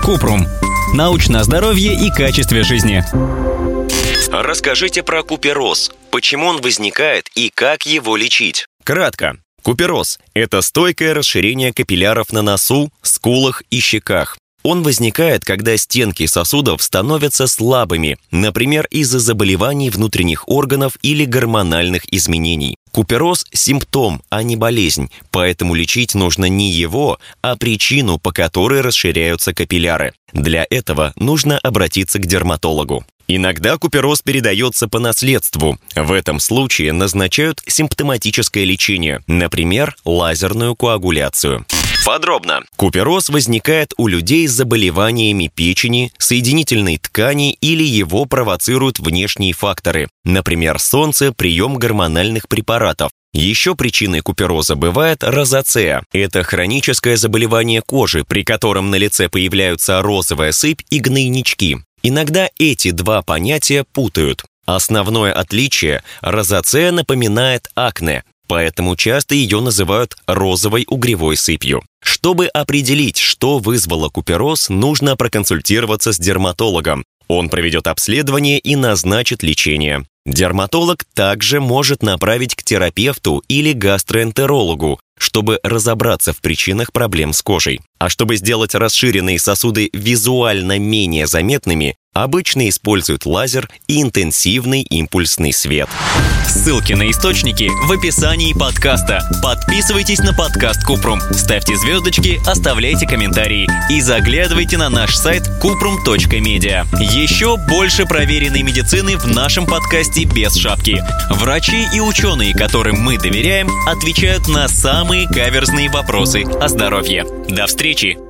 Купрум. Научное здоровье и качестве жизни. Расскажите про купероз. Почему он возникает и как его лечить? Кратко. Купероз – это стойкое расширение капилляров на носу, скулах и щеках. Он возникает, когда стенки сосудов становятся слабыми, например, из-за заболеваний внутренних органов или гормональных изменений. Купероз – симптом, а не болезнь, поэтому лечить нужно не его, а причину, по которой расширяются капилляры. Для этого нужно обратиться к дерматологу. Иногда купероз передается по наследству. В этом случае назначают симптоматическое лечение, например, лазерную коагуляцию. Подробно. Купероз возникает у людей с заболеваниями печени, соединительной ткани или его провоцируют внешние факторы, например, солнце, прием гормональных препаратов. Еще причиной купероза бывает розацея. Это хроническое заболевание кожи, при котором на лице появляются розовая сыпь и гнойнички. Иногда эти два понятия путают. Основное отличие – розацея напоминает акне, поэтому часто ее называют розовой угревой сыпью. Чтобы определить, что вызвало купероз, нужно проконсультироваться с дерматологом. Он проведет обследование и назначит лечение. Дерматолог также может направить к терапевту или гастроэнтерологу, чтобы разобраться в причинах проблем с кожей. А чтобы сделать расширенные сосуды визуально менее заметными, обычно используют лазер и интенсивный импульсный свет. Ссылки на источники в описании подкаста. Подписывайтесь на подкаст Купрум, ставьте звездочки, оставляйте комментарии и заглядывайте на наш сайт kuprum.media. Еще больше проверенной медицины в нашем подкасте без шапки. Врачи и ученые, которым мы доверяем, отвечают на самые каверзные вопросы о здоровье. До встречи!